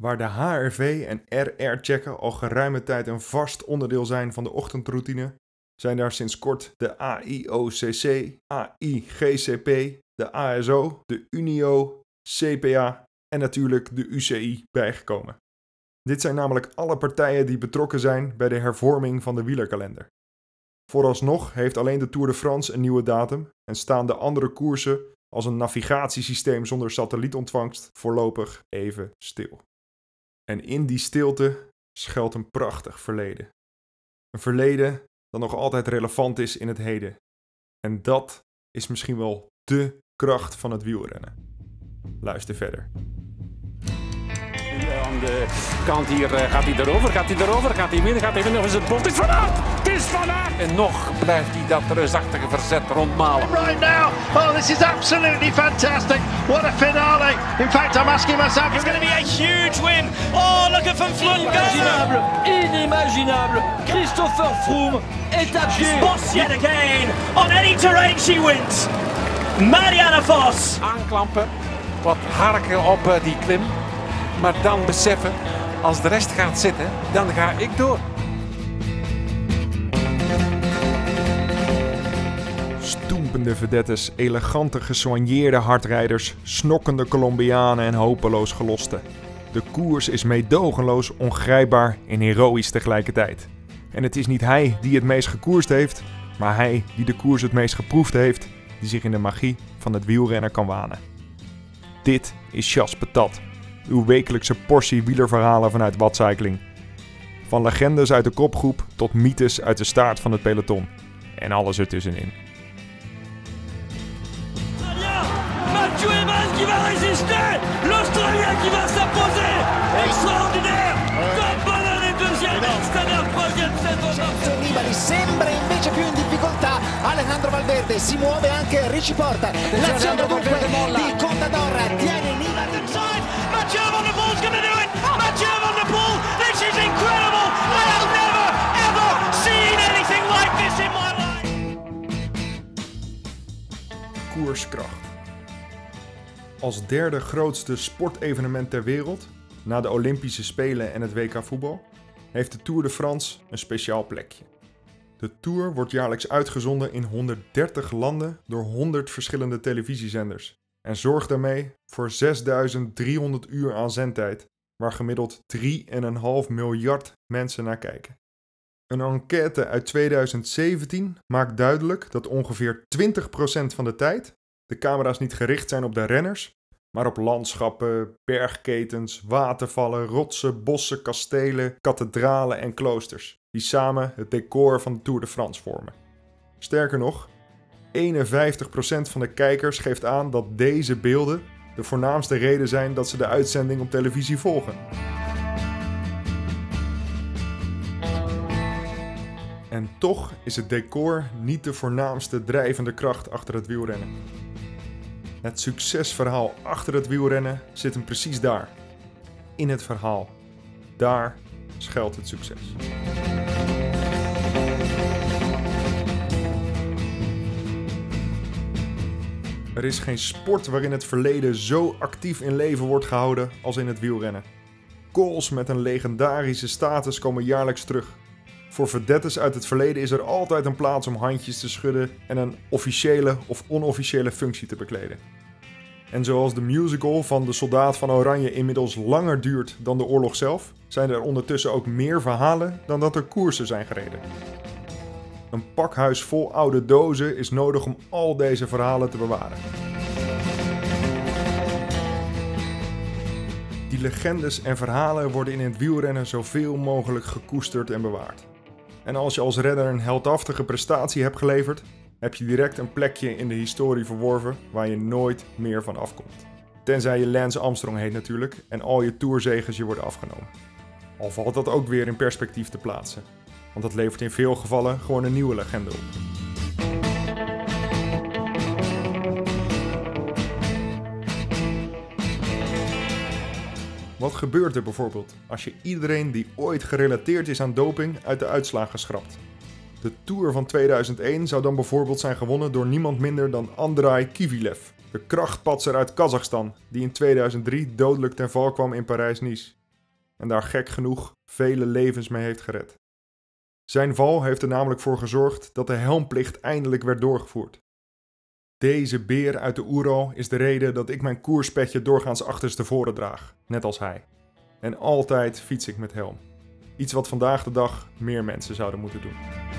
Waar de HRV en RR-checken al geruime tijd een vast onderdeel zijn van de ochtendroutine, zijn daar sinds kort de AIOCC, AIGCP, de ASO, de UNIO, CPA en natuurlijk de UCI bijgekomen. Dit zijn namelijk alle partijen die betrokken zijn bij de hervorming van de wielerkalender. Vooralsnog heeft alleen de Tour de France een nieuwe datum en staan de andere koersen als een navigatiesysteem zonder satellietontvangst voorlopig even stil. En in die stilte schuilt een prachtig verleden. Een verleden dat nog altijd relevant is in het heden. En dat is misschien wel dé kracht van het wielrennen. Luister verder. Aan de kant hier gaat hij erover, gaat hij winnen, of is het Bond? Het is Van Aert! Het is Van Aert! En nog blijft hij dat reusachtige verzet rondmalen. Right now, oh this is absolutely fantastic. What a finale. In fact, I'm asking myself... It's going to be a huge win. Oh, look at Van Vleuten. Inimaginable. Christopher Froome est à pied. Vos yet again. On any terrain she wins. Marianne Vos. Aanklampen, wat harken op die klim. Maar dan beseffen, als de rest gaat zitten, dan ga ik door. Stoempende vedettes, elegante gesoigneerde hardrijders, snokkende Colombianen en hopeloos gelosten. De koers is meedogenloos, ongrijpbaar en heroïsch tegelijkertijd. En het is niet hij die het meest gekoerst heeft, maar hij die de koers het meest geproefd heeft, die zich in de magie van het wielrennen kan wanen. Dit is Chas Patat. Uw wekelijkse portie wielerverhalen vanuit Wattcycling. Van legendes uit de kopgroep tot mythes uit de staart van het peloton. En alles ertussenin. Mathieu Evans qui va résister. L'Australien qui va s'imposer. Extraordinaire. Tom Bonnell est deuxième. Stannard troisième. Nibali sembra invece più in difficoltà. Alejandro Valverde si muove anche Richie Porta. L'azione dunque di Contador tiene Nibali. Mathieu Van der Poel's going to do it. Mathieu Van der Poel. This is incredible. I have never ever seen anything like this in my life. Koerskracht. Als derde grootste sportevenement ter wereld, na de Olympische Spelen en het WK voetbal, heeft de Tour de France een speciaal plekje. De Tour wordt jaarlijks uitgezonden in 130 landen door 100 verschillende televisiezenders en zorgt daarmee voor 6.300 uur aan zendtijd, waar gemiddeld 3,5 miljard mensen naar kijken. Een enquête uit 2017 maakt duidelijk dat ongeveer 20% van de tijd de camera's niet gericht zijn op de renners, maar op landschappen, bergketens, watervallen, rotsen, bossen, kastelen, kathedralen en kloosters, die samen het decor van de Tour de France vormen. Sterker nog, 51% van de kijkers geeft aan dat deze beelden de voornaamste reden zijn dat ze de uitzending op televisie volgen. En toch is het decor niet de voornaamste drijvende kracht achter het wielrennen. Het succesverhaal achter het wielrennen zit hem precies daar. In het verhaal. Daar schuilt het succes. Er is geen sport waarin het verleden zo actief in leven wordt gehouden als in het wielrennen. Goals met een legendarische status komen jaarlijks terug. Voor vedettes uit het verleden is er altijd een plaats om handjes te schudden en een officiële of onofficiële functie te bekleden. En zoals de musical van De Soldaat van Oranje inmiddels langer duurt dan de oorlog zelf, zijn er ondertussen ook meer verhalen dan dat er koersen zijn gereden. Een pakhuis vol oude dozen is nodig om al deze verhalen te bewaren. Die legendes en verhalen worden in het wielrennen zoveel mogelijk gekoesterd en bewaard. En als je als renner een heldhaftige prestatie hebt geleverd, heb je direct een plekje in de historie verworven waar je nooit meer van afkomt. Tenzij je Lance Armstrong heet natuurlijk en al je tourzeges je worden afgenomen. Al valt dat ook weer in perspectief te plaatsen, want dat levert in veel gevallen gewoon een nieuwe legende op. Wat gebeurt er bijvoorbeeld als je iedereen die ooit gerelateerd is aan doping uit de uitslagen schrapt? De Tour van 2001 zou dan bijvoorbeeld zijn gewonnen door niemand minder dan Andrei Kivilev, de krachtpatser uit Kazachstan, die in 2003 dodelijk ten val kwam in Parijs-Nice. en daar gek genoeg vele levens mee heeft gered. Zijn val heeft er namelijk voor gezorgd dat de helmplicht eindelijk werd doorgevoerd. Deze beer uit de Oeral is de reden dat ik mijn koerspetje doorgaans achterstevoren draag, net als hij. En altijd fiets ik met helm. Iets wat vandaag de dag meer mensen zouden moeten doen.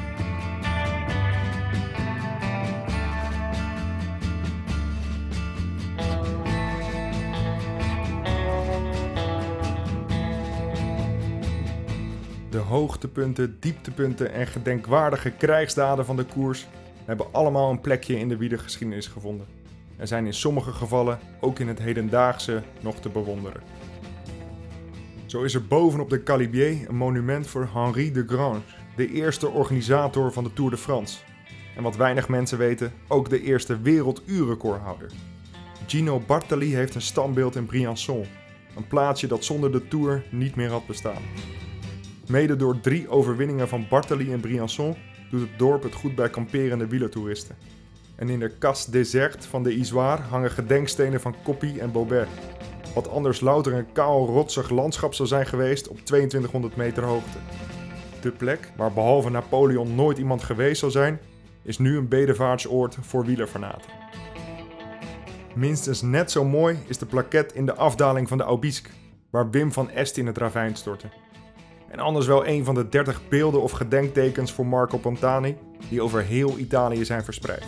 De hoogtepunten, dieptepunten en gedenkwaardige krijgsdaden van de koers hebben allemaal een plekje in de wielergeschiedenis gevonden. En zijn in sommige gevallen ook in het hedendaagse nog te bewonderen. Zo is er bovenop de Galibier een monument voor Henri de Grange, de eerste organisator van de Tour de France. En wat weinig mensen weten, ook de eerste werelduurrecordhouder. Gino Bartali heeft een standbeeld in Briançon, een plaatsje dat zonder de Tour niet meer had bestaan. Mede door 3 overwinningen van Bartali in Briançon doet het dorp het goed bij kamperende wielertoeristen. En in de Casse Déserte van de Izoire hangen gedenkstenen van Coppi en Bobet. Wat anders louter een kaal, rotsig landschap zou zijn geweest op 2200 meter hoogte. De plek, waar behalve Napoleon nooit iemand geweest zou zijn, is nu een bedevaartsoord voor wielerfanaten. Minstens net zo mooi is de plaquette in de afdaling van de Aubisque, waar Wim van Est in het ravijn stortte. En anders wel een van de 30 beelden of gedenktekens voor Marco Pantani die over heel Italië zijn verspreid.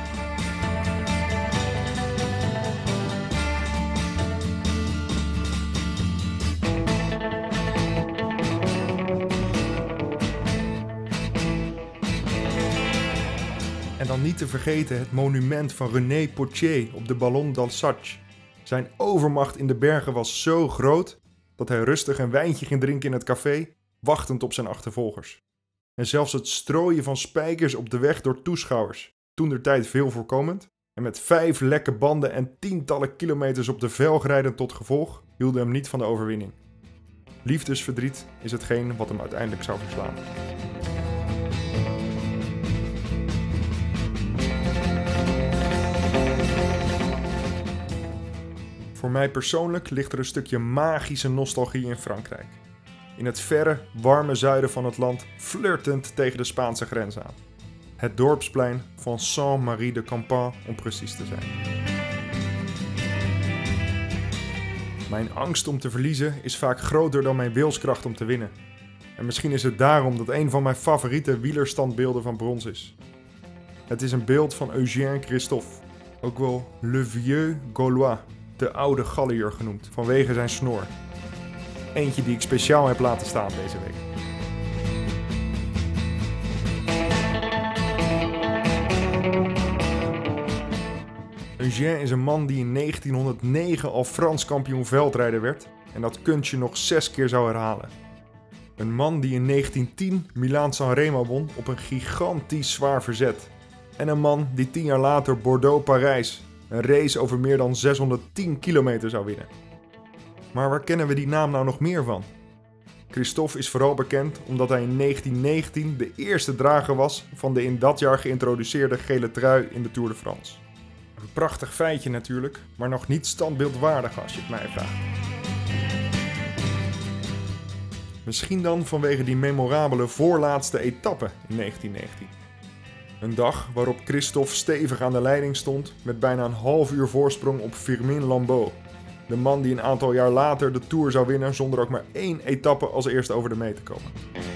En dan niet te vergeten het monument van René Potier op de Ballon d'Alsace. Zijn overmacht in de bergen was zo groot dat hij rustig een wijntje ging drinken in het café, wachtend op zijn achtervolgers. En zelfs het strooien van spijkers op de weg door toeschouwers, toentertijd veel voorkomend, en met 5 lekke banden en tientallen kilometers op de velg rijden tot gevolg, hielden hem niet van de overwinning. Liefdesverdriet is hetgeen wat hem uiteindelijk zou verslaan. Voor mij persoonlijk ligt er een stukje magische nostalgie in Frankrijk. In het verre, warme zuiden van het land, flirtend tegen de Spaanse grens aan. Het dorpsplein van Saint-Marie-de-Campan om precies te zijn. Mijn angst om te verliezen is vaak groter dan mijn wilskracht om te winnen. En misschien is het daarom dat een van mijn favoriete wielerstandbeelden van brons is. Het is een beeld van Eugène Christophe, ook wel Le Vieux Gaulois, de oude Galliër genoemd, vanwege zijn snor. Eentje die ik speciaal heb laten staan deze week. Eugène is een man die in 1909 al Frans kampioen veldrijder werd en dat kunstje nog 6 keer zou herhalen. Een man die in 1910 Milaan-San Remo won op een gigantisch zwaar verzet. En een man die 10 jaar later Bordeaux-Parijs, een race over meer dan 610 kilometer zou winnen. Maar waar kennen we die naam nou nog meer van? Christophe is vooral bekend omdat hij in 1919 de eerste drager was van de in dat jaar geïntroduceerde gele trui in de Tour de France. Een prachtig feitje natuurlijk, maar nog niet standbeeldwaardig als je het mij vraagt. Misschien dan vanwege die memorabele voorlaatste etappe in 1919. Een dag waarop Christophe stevig aan de leiding stond met bijna een half uur voorsprong op Firmin Lambeau. De man die een aantal jaar later de Tour zou winnen zonder ook maar 1 etappe als eerste over de meet te komen.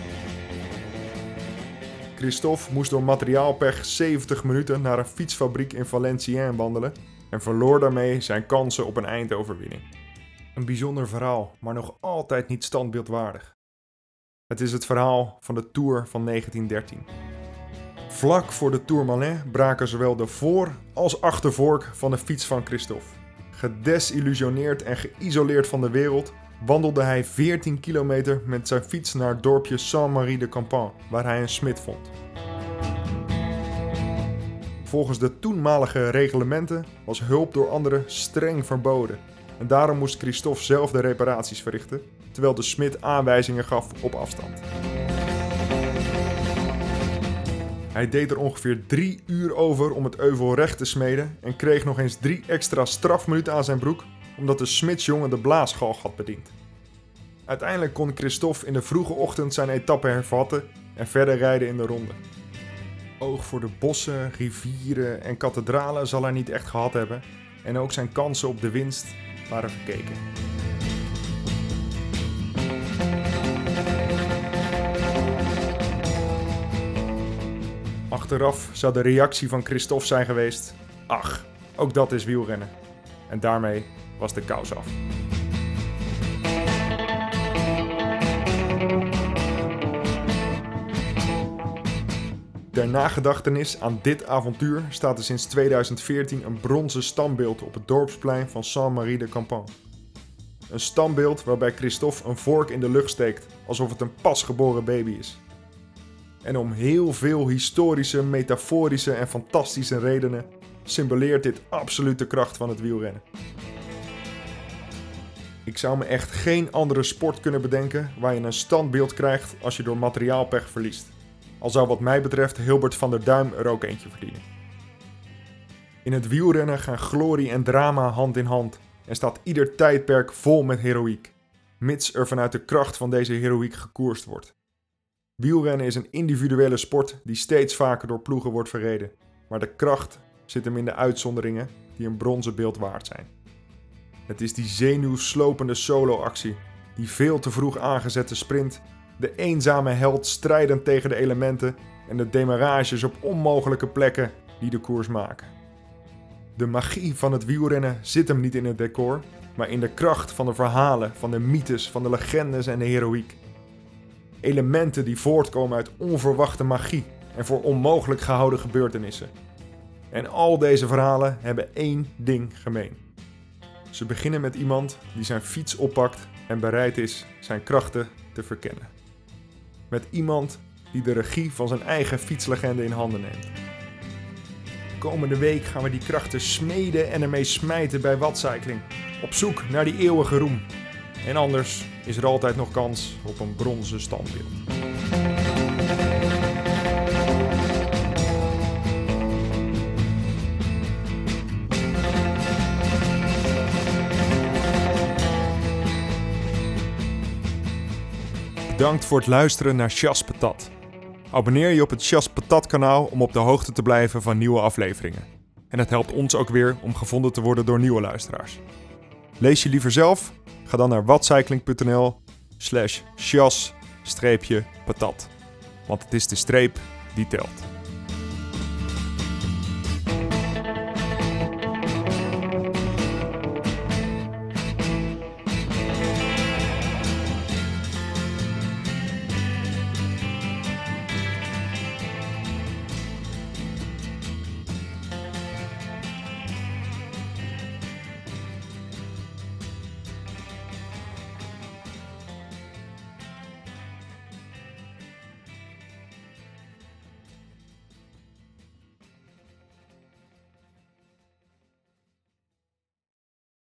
Christophe moest door materiaalpech 70 minuten naar een fietsfabriek in Valenciennes wandelen en verloor daarmee zijn kansen op een eindoverwinning. Een bijzonder verhaal, maar nog altijd niet standbeeldwaardig. Het is het verhaal van de Tour van 1913. Vlak voor de Tourmalet braken zowel de voor- als achtervork van de fiets van Christophe. Gedesillusioneerd en geïsoleerd van de wereld wandelde hij 14 kilometer met zijn fiets naar het dorpje Saint-Marie-de-Campan, waar hij een smid vond. Volgens de toenmalige reglementen was hulp door anderen streng verboden en daarom moest Christophe zelf de reparaties verrichten, terwijl de smid aanwijzingen gaf op afstand. Hij deed er ongeveer 3 uur over om het euvel recht te smeden en kreeg nog eens 3 extra strafminuten aan zijn broek omdat de smidsjongen de blaasgalg had bediend. Uiteindelijk kon Christophe in de vroege ochtend zijn etappe hervatten en verder rijden in de ronde. Oog voor de bossen, rivieren en kathedralen zal hij niet echt gehad hebben en ook zijn kansen op de winst waren verkeken. Achteraf zou de reactie van Christophe zijn geweest: ach, ook dat is wielrennen. En daarmee was de kous af. Ter nagedachtenis aan dit avontuur staat er sinds 2014 een bronzen standbeeld op het dorpsplein van Saint-Marie-de-Campan. Een standbeeld waarbij Christophe een vork in de lucht steekt, alsof het een pasgeboren baby is. En om heel veel historische, metaforische en fantastische redenen symboleert dit absoluut de kracht van het wielrennen. Ik zou me echt geen andere sport kunnen bedenken waar je een standbeeld krijgt als je door materiaalpech verliest. Al zou wat mij betreft Hilbert van der Duim er ook eentje verdienen. In het wielrennen gaan glorie en drama hand in hand en staat ieder tijdperk vol met heroïek, mits er vanuit de kracht van deze heroïek gekoerst wordt. Wielrennen is een individuele sport die steeds vaker door ploegen wordt verreden, maar de kracht zit hem in de uitzonderingen die een bronzen beeld waard zijn. Het is die zenuwslopende soloactie, die veel te vroeg aangezette sprint, de eenzame held strijdend tegen de elementen en de demarages op onmogelijke plekken die de koers maken. De magie van het wielrennen zit hem niet in het decor, maar in de kracht van de verhalen, van de mythes, van de legendes en de heroïek. Elementen die voortkomen uit onverwachte magie en voor onmogelijk gehouden gebeurtenissen. En al deze verhalen hebben één ding gemeen. Ze beginnen met iemand die zijn fiets oppakt en bereid is zijn krachten te verkennen. Met iemand die de regie van zijn eigen fietslegende in handen neemt. Komende week gaan we die krachten smeden en ermee smijten bij Wattcycling. Op zoek naar die eeuwige roem. En anders is er altijd nog kans op een bronzen standbeeld. Bedankt voor het luisteren naar Chas Patat. Abonneer je op het Chas Patat kanaal om op de hoogte te blijven van nieuwe afleveringen. En het helpt ons ook weer om gevonden te worden door nieuwe luisteraars. Lees je liever zelf? Ga dan naar wattcycling.nl/chas-patat. Want het is de streep die telt.